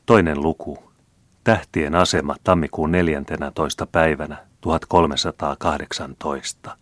Toinen luku. Tähtien asema tammikuun 14. päivänä 1318.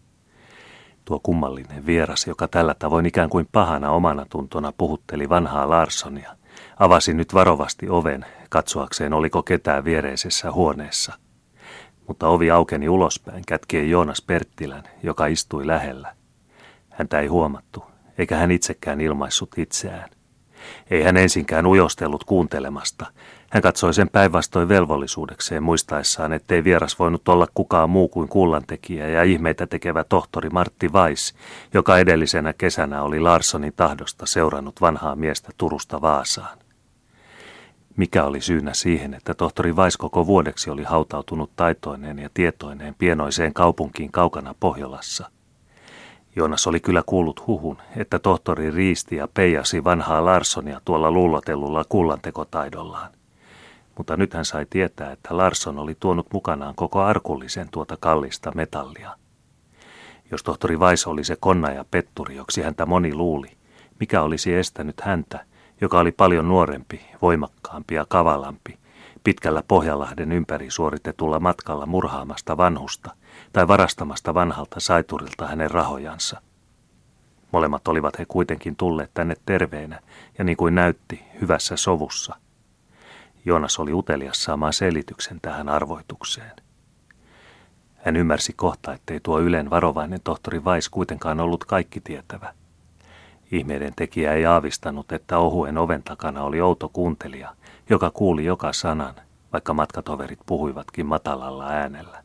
Tuo kummallinen vieras, joka tällä tavoin ikään kuin pahana omana tuntona puhutteli vanhaa Larssonia, avasi nyt varovasti oven katsoakseen, oliko ketään viereisessä huoneessa. Mutta ovi aukeni ulospäin kätkien Joonas Perttilän, joka istui lähellä. Häntä ei huomattu, eikä hän itsekään ilmaissut itseään. Ei hän ensinkään ujostellut kuuntelemasta. Hän katsoi sen päinvastoin velvollisuudekseen muistaessaan, ettei vieras voinut olla kukaan muu kuin kullantekijä ja ihmeitä tekevä tohtori Martti Weiss, joka edellisenä kesänä oli Larssonin tahdosta seurannut vanhaa miestä Turusta Vaasaan. Mikä oli syynä siihen, että tohtori Weiss koko vuodeksi oli hautautunut taitoineen ja tietoineen pienoiseen kaupunkiin kaukana Pohjolassa? Joonas oli kyllä kuullut huhun, että tohtori riisti ja peijasi vanhaa Larssonia tuolla luulotellulla kullantekotaidollaan. Mutta nyt hän sai tietää, että Larsson oli tuonut mukanaan koko arkullisen tuota kallista metallia. Jos tohtori Weiss oli se konna ja petturi, joksi häntä moni luuli, mikä olisi estänyt häntä, joka oli paljon nuorempi, voimakkaampi ja kavalampi, pitkällä Pohjanlahden ympäri suoritetulla matkalla murhaamasta vanhusta tai varastamasta vanhalta saiturilta hänen rahojansa. Molemmat olivat he kuitenkin tulleet tänne terveinä ja niin kuin näytti, hyvässä sovussa. Joonas oli utelias saamaan selityksen tähän arvoitukseen. Hän ymmärsi kohta, ettei tuo Ylen varovainen tohtori Weiss kuitenkaan ollut kaikki tietävä. Ihmeiden tekijä ei aavistanut, että ohuen oven takana oli outo kuuntelija, joka kuuli joka sanan, vaikka matkatoverit puhuivatkin matalalla äänellä.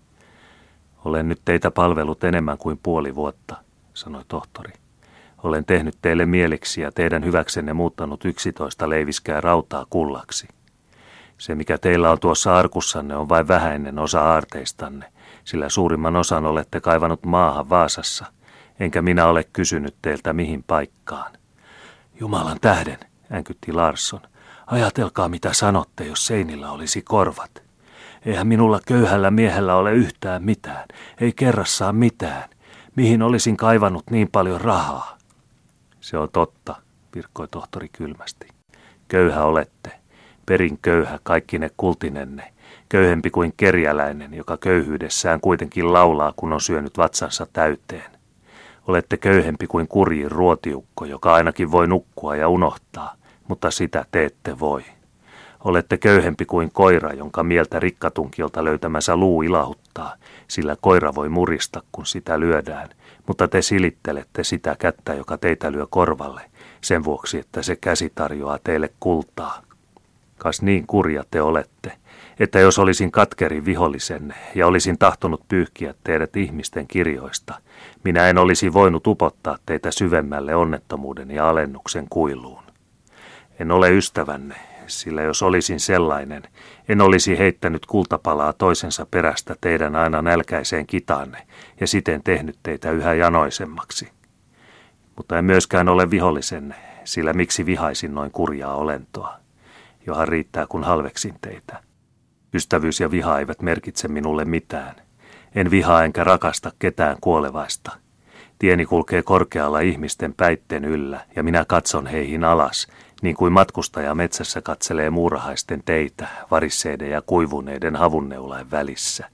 Olen nyt teitä palvellut enemmän kuin puoli vuotta, sanoi tohtori. Olen tehnyt teille mieliksi ja teidän hyväksenne muuttanut 11 leiviskää rautaa kullaksi. Se, mikä teillä on tuossa arkussanne, on vain vähäinen osa aarteistanne, sillä suurimman osan olette kaivanut maahan Vaasassa, enkä minä ole kysynyt teiltä mihin paikkaan. Jumalan tähden, änkytti Larsson. Ajatelkaa mitä sanotte, jos seinillä olisi korvat. Eihän minulla köyhällä miehellä ole yhtään mitään, ei kerrassaan mitään. Mihin olisin kaivannut niin paljon rahaa? Se on totta, virkkoi tohtori kylmästi. Köyhä olette, perin köyhä kaikkine kultinenne, köyhempi kuin kerjäläinen, joka köyhyydessään kuitenkin laulaa, kun on syönyt vatsansa täyteen. Olette köyhempi kuin kurjin ruotiukko, joka ainakin voi nukkua ja unohtaa, mutta sitä te ette voi. Olette köyhempi kuin koira, jonka mieltä rikkatunkiolta löytämänsä luu ilahuttaa, sillä koira voi murista, kun sitä lyödään, mutta te silittelette sitä kättä, joka teitä lyö korvalle, sen vuoksi, että se käsi tarjoaa teille kultaa. Kas niin kurja te olette, että jos olisin katkerin vihollisenne ja olisin tahtonut pyyhkiä teidät ihmisten kirjoista, minä en olisi voinut upottaa teitä syvemmälle onnettomuuden ja alennuksen kuiluun. En ole ystävänne, sillä jos olisin sellainen, en olisi heittänyt kultapalaa toisensa perästä teidän aina nälkäiseen kitaanne ja siten tehnyt teitä yhä janoisemmaksi. Mutta en myöskään ole vihollisenne, sillä miksi vihaisin noin kurjaa olentoa, johan riittää kun halveksin teitä. Ystävyys ja viha eivät merkitse minulle mitään. En vihaa enkä rakasta ketään kuolevaista. Tieni kulkee korkealla ihmisten päitten yllä ja minä katson heihin alas, niin kuin matkustaja metsässä katselee muurahaisten teitä, varisseiden ja kuivuneiden havunneulain välissä.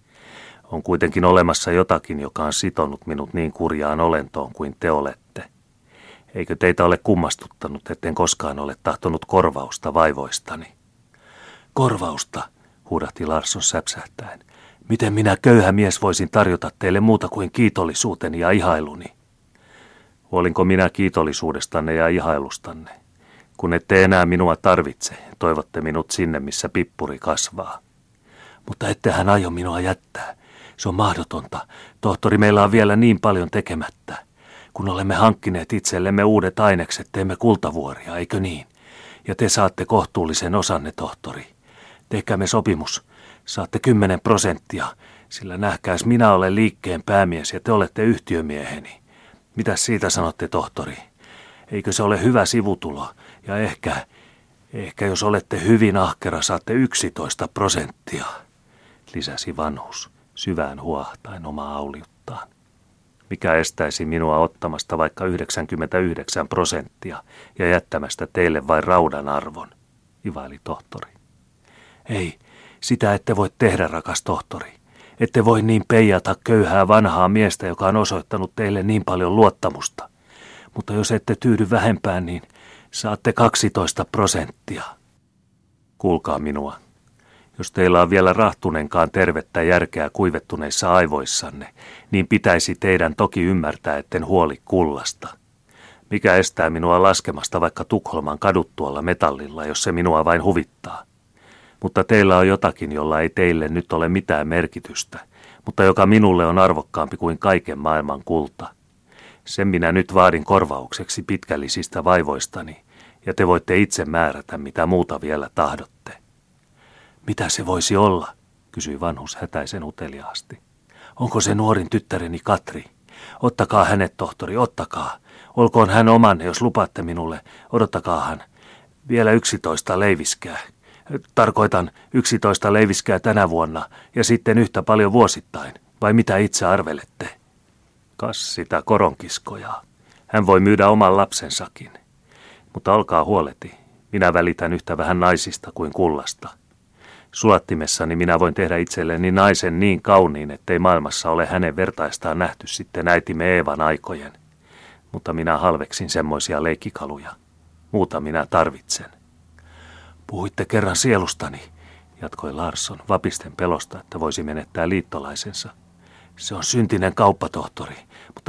On kuitenkin olemassa jotakin, joka on sitonut minut niin kurjaan olentoon kuin te olette. Eikö teitä ole kummastuttanut, etten koskaan ole tahtonut korvausta vaivoistani? Korvausta, huudahti Larsson säpsähtäen. Miten minä köyhä mies voisin tarjota teille muuta kuin kiitollisuuteni ja ihailuni? Huolinko minä kiitollisuudestanne ja ihailustanne? Kun ette enää minua tarvitse, toivotte minut sinne, missä pippuri kasvaa. Mutta ettehän aio minua jättää. Se on mahdotonta. Tohtori, meillä on vielä niin paljon tekemättä. Kun olemme hankkineet itsellemme uudet ainekset, teemme kultavuoria, eikö niin? Ja te saatte kohtuullisen osanne, tohtori. Tehkäämme sopimus. Saatte 10%, sillä nähkääs minä olen liikkeen päämies ja te olette yhtiömieheni. Mitäs siitä sanotte, tohtori? Eikö se ole hyvä sivutulo? Ja ehkä jos olette hyvin ahkera, saatte 11%, lisäsi vanhus, syvään huahtain omaa auliuttaan. Mikä estäisi minua ottamasta vaikka 99% ja jättämästä teille vain raudan arvon? ivaili tohtori. Ei, sitä ette voi tehdä, rakas tohtori. Ette voi niin peijata köyhää vanhaa miestä, joka on osoittanut teille niin paljon luottamusta. Mutta jos ette tyydy vähempään, niin saatte 12%. Kuulkaa minua. Jos teillä on vielä rahtunenkaan tervettä järkeä kuivettuneissa aivoissanne, niin pitäisi teidän toki ymmärtää, etten huoli kullasta. Mikä estää minua laskemasta vaikka Tukholman kadut tuolla metallilla, jos se minua vain huvittaa? Mutta teillä on jotakin, jolla ei teille nyt ole mitään merkitystä, mutta joka minulle on arvokkaampi kuin kaiken maailman kulta. Sen minä nyt vaadin korvaukseksi pitkällisistä vaivoistani, ja te voitte itse määrätä, mitä muuta vielä tahdotte. Mitä se voisi olla, kysyi vanhus hätäisen uteliaasti. Onko se nuorin tyttäreni Katri? Ottakaa hänet, tohtori, ottakaa. Olkoon hän omanne, jos lupaatte minulle. Odottakaa hän. Vielä 11 leiviskää. Tarkoitan 11 leiviskää tänä vuonna ja sitten yhtä paljon vuosittain. Vai mitä itse arvelette? Kas sitä koronkiskojaa. Hän voi myydä oman lapsensakin. Mutta olkaa huoleti. Minä välitän yhtä vähän naisista kuin kullasta. Sulattimessani minä voin tehdä itselleni naisen niin kauniin, ettei maailmassa ole hänen vertaistaan nähty sitten äitimme Eevan aikojen. Mutta minä halveksin semmoisia leikkikaluja. Muuta minä tarvitsen. Puhuitte kerran sielustani, jatkoi Larsson vapisten pelosta, että voisi menettää liittolaisensa. Se on syntinen kauppatohtori, mutta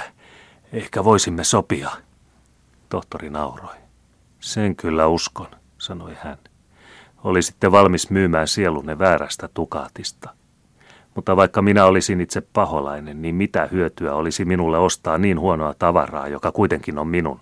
ehkä voisimme sopia. Tohtori nauroi. Sen kyllä uskon, sanoi hän. Olisitte valmis myymään sielunne väärästä tukaatista. Mutta vaikka minä olisin itse paholainen, niin mitä hyötyä olisi minulle ostaa niin huonoa tavaraa, joka kuitenkin on minun?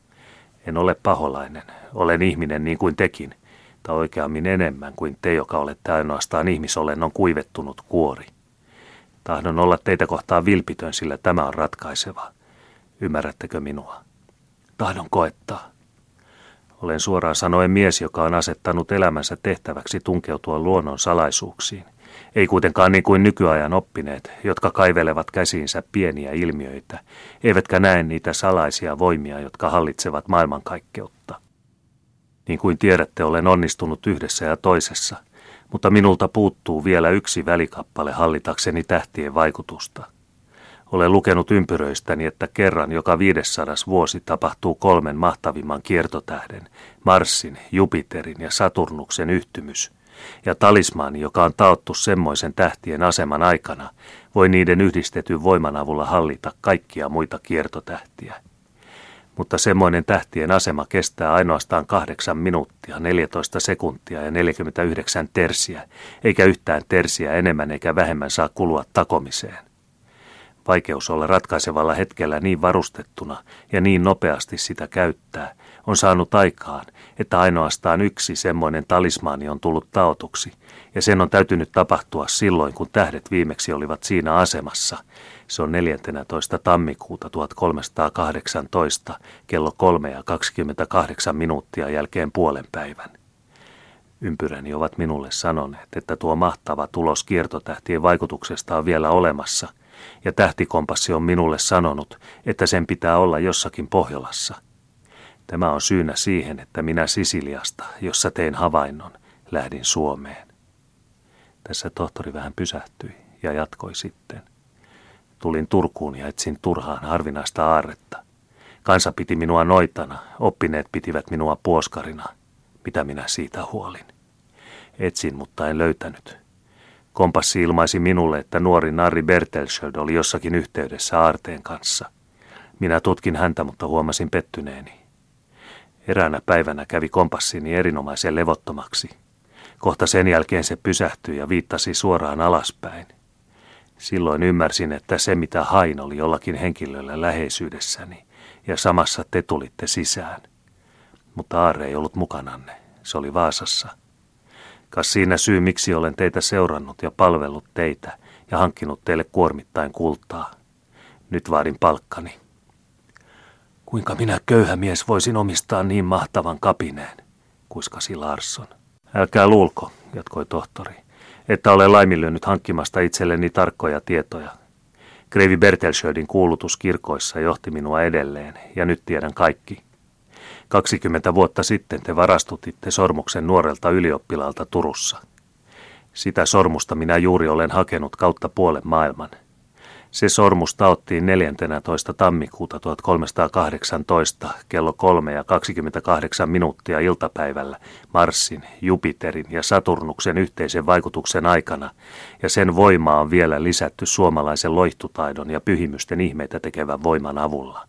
En ole paholainen, olen ihminen niin kuin tekin, tai oikeammin enemmän kuin te, joka olette ainoastaan ihmisolennon kuivettunut kuori. Tahdon olla teitä kohtaan vilpitön, sillä tämä on ratkaiseva. Ymmärrättekö minua? Tahdon koettaa. Olen suoraan sanoen mies, joka on asettanut elämänsä tehtäväksi tunkeutua luonnon salaisuuksiin. Ei kuitenkaan niin kuin nykyajan oppineet, jotka kaivelevat käsiinsä pieniä ilmiöitä, eivätkä näe niitä salaisia voimia, jotka hallitsevat maailmankaikkeutta. Niin kuin tiedätte, olen onnistunut yhdessä ja toisessa, mutta minulta puuttuu vielä yksi välikappale hallitakseni tähtien vaikutusta. Olen lukenut ympyröistäni, että kerran joka 500 vuosi tapahtuu 3 mahtavimman kiertotähden, Marsin, Jupiterin ja Saturnuksen yhtymys, ja talismaani, joka on taottu semmoisen tähtien aseman aikana, voi niiden yhdistetyn voiman avulla hallita kaikkia muita kiertotähtiä. Mutta semmoinen tähtien asema kestää ainoastaan 8 minuuttia, 14 sekuntia ja 49 tersiä, eikä yhtään tersiä enemmän eikä vähemmän saa kulua takomiseen. Vaikeus olla ratkaisevalla hetkellä niin varustettuna ja niin nopeasti sitä käyttää on saanut aikaan, että ainoastaan yksi semmoinen talismaani on tullut taotuksi, ja sen on täytynyt tapahtua silloin, kun tähdet viimeksi olivat siinä asemassa. Se on 14. tammikuuta 1318 kello 3:28 jälkeen puolen päivän. Ympyräni ovat minulle sanoneet, että tuo mahtava tulos kiertotähtien vaikutuksesta on vielä olemassa, ja tähtikompassi on minulle sanonut, että sen pitää olla jossakin Pohjolassa. Tämä on syynä siihen, että minä Sisiliasta, jossa tein havainnon, lähdin Suomeen. Tässä tohtori vähän pysähtyi ja jatkoi sitten. Tulin Turkuun ja etsin turhaan harvinaista aarretta. Kansa piti minua noitana, oppineet pitivät minua puoskarina. Mitä minä siitä huolin? Etsin, mutta en löytänyt. Kompassi ilmaisi minulle, että nuori narri Bertelschöld oli jossakin yhteydessä aarteen kanssa. Minä tutkin häntä, mutta huomasin pettyneeni. Eräänä päivänä kävi kompassini erinomaisen levottomaksi. Kohta sen jälkeen se pysähtyi ja viittasi suoraan alaspäin. Silloin ymmärsin, että se mitä hain oli jollakin henkilöllä läheisyydessäni, ja samassa te tulitte sisään. Mutta aarre ei ollut mukananne, se oli Vaasassa. Kas siinä syy, miksi olen teitä seurannut ja palvellut teitä ja hankkinut teille kuormittain kultaa. Nyt vaadin palkkani. Kuinka minä, köyhä mies, voisin omistaa niin mahtavan kapineen, kuiskasi Larsson. Älkää luulko, jatkoi tohtori, että olen laiminlyönyt hankkimasta itselleni tarkkoja tietoja. Kreivi Bertelschöldin kuulutus kirkoissa johti minua edelleen, ja nyt tiedän kaikki. 20 vuotta sitten te varastutitte sormuksen nuorelta ylioppilaalta Turussa. Sitä sormusta minä juuri olen hakenut kautta puolen maailman. Se sormus taottiin 14. tammikuuta 1318 kello 3:28 iltapäivällä Marsin, Jupiterin ja Saturnuksen yhteisen vaikutuksen aikana, ja sen voimaa on vielä lisätty suomalaisen loihtutaidon ja pyhimysten ihmeitä tekevän voiman avulla.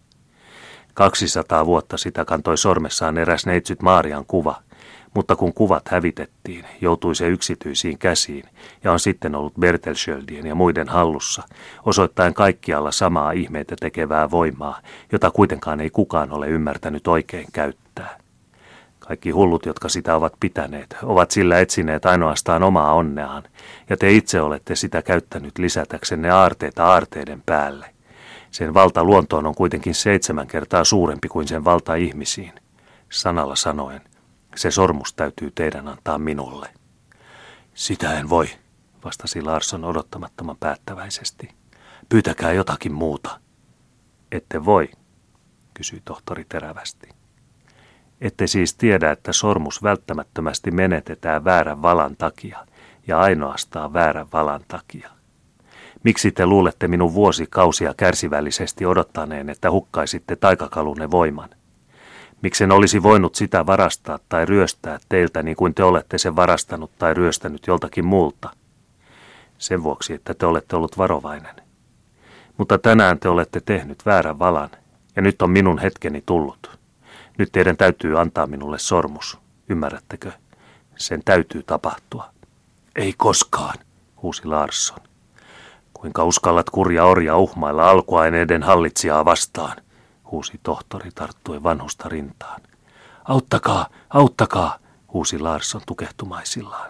200 vuotta sitä kantoi sormessaan eräs neitsyt Maarian kuva, mutta kun kuvat hävitettiin, joutui se yksityisiin käsiin ja on sitten ollut Bertelschöldien ja muiden hallussa, osoittaen kaikkialla samaa ihmeitä tekevää voimaa, jota kuitenkaan ei kukaan ole ymmärtänyt oikein käyttää. Kaikki hullut, jotka sitä ovat pitäneet, ovat sillä etsineet ainoastaan omaa onneaan, ja te itse olette sitä käyttänyt lisätäksenne aarteita aarteiden päälle. Sen valta luontoon on kuitenkin 7 kertaa suurempi kuin sen valta ihmisiin. Sanalla sanoen, se sormus täytyy teidän antaa minulle. Sitä en voi, vastasi Larsson odottamattoman päättäväisesti. Pyytäkää jotakin muuta. Ette voi, kysyi tohtori terävästi. Ette siis tiedä, että sormus välttämättömästi menetetään väärän valan takia ja ainoastaan väärän valan takia. Miksi te luulette minun vuosikausia kärsivällisesti odottaneen, että hukkaisitte taikakalunne voiman? Miksen olisi voinut sitä varastaa tai ryöstää teiltä niin kuin te olette sen varastanut tai ryöstänyt joltakin muulta? Sen vuoksi, että te olette ollut varovainen. Mutta tänään te olette tehnyt väärän valan, ja nyt on minun hetkeni tullut. Nyt teidän täytyy antaa minulle sormus, ymmärrättekö? Sen täytyy tapahtua. Ei koskaan, huusi Larsson. Kuinka uskallat kurja orja uhmailla alkuaineiden hallitsijaa vastaan, huusi tohtori tarttuen vanhusta rintaan. Auttakaa, auttakaa, huusi Larsson tukehtumaisillaan.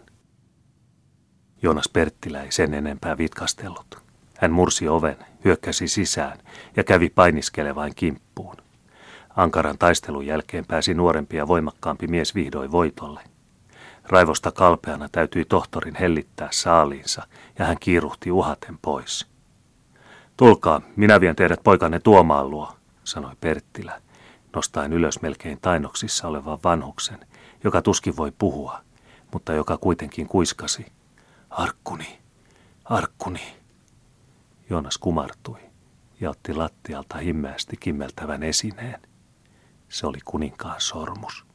Joonas Perttilä ei sen enempää vitkastellut. Hän mursi oven, hyökkäsi sisään ja kävi painiskelevain kimppuun. Ankaran taistelun jälkeen pääsi nuorempi ja voimakkaampi mies vihdoin voitolle. Raivosta kalpeana täytyi tohtorin hellittää saaliinsa, ja hän kiiruhti uhaten pois. Tulkaa, minä vien teidät poikanne Tuomaan luo, sanoi Perttilä, nostaen ylös melkein tainnoksissa olevan vanhuksen, joka tuskin voi puhua, mutta joka kuitenkin kuiskasi. Arkkuni, arkkuni. Joonas kumartui ja otti lattialta himmeästi kimmeltävän esineen. Se oli kuninkaan sormus.